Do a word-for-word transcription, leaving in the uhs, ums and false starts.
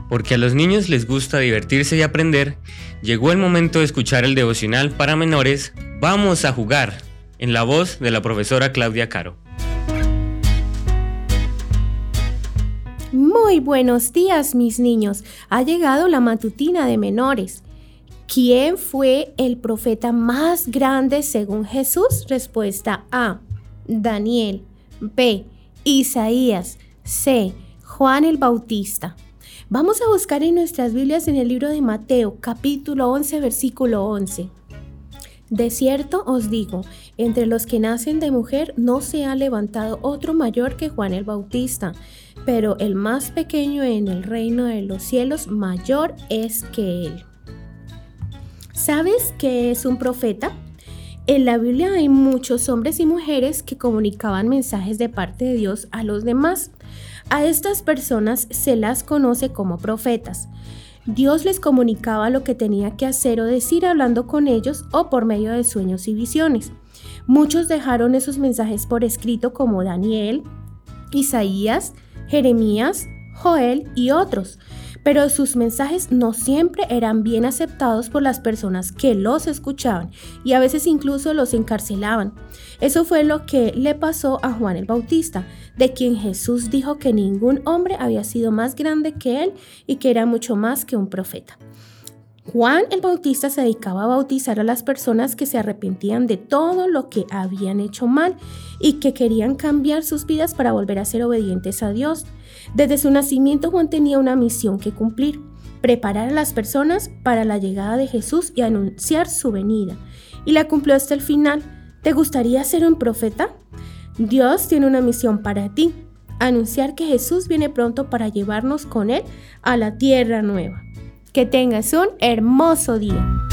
porque a los niños les gusta divertirse y aprender, llegó el momento de escuchar el devocional para menores Vamos a jugar, en la voz de la profesora Claudia Caro. Muy buenos días, mis niños. Ha llegado la matutina de menores. ¿Quién fue el profeta más grande según Jesús? Respuesta A, Daniel. B, Isaías. C, Juan el Bautista. Vamos a buscar en nuestras Biblias en el libro de Mateo, capítulo once, versículo once. De cierto os digo, entre los que nacen de mujer no se ha levantado otro mayor que Juan el Bautista, pero el más pequeño en el reino de los cielos mayor es que él. ¿Sabes qué es un profeta? En la Biblia hay muchos hombres y mujeres que comunicaban mensajes de parte de Dios a los demás. A estas personas se las conoce como profetas. Dios les comunicaba lo que tenía que hacer o decir hablando con ellos o por medio de sueños y visiones. Muchos dejaron esos mensajes por escrito como Daniel, Isaías, Jeremías, Joel y otros, pero sus mensajes no siempre eran bien aceptados por las personas que los escuchaban y a veces incluso los encarcelaban. Eso fue lo que le pasó a Juan el Bautista, de quien Jesús dijo que ningún hombre había sido más grande que él y que era mucho más que un profeta. Juan el Bautista se dedicaba a bautizar a las personas que se arrepentían de todo lo que habían hecho mal y que querían cambiar sus vidas para volver a ser obedientes a Dios. Desde su nacimiento, Juan tenía una misión que cumplir: preparar a las personas para la llegada de Jesús y anunciar su venida. Y la cumplió hasta el final. ¿Te gustaría ser un profeta? Dios tiene una misión para ti: anunciar que Jesús viene pronto para llevarnos con Él a la tierra nueva. Que tengas un hermoso día.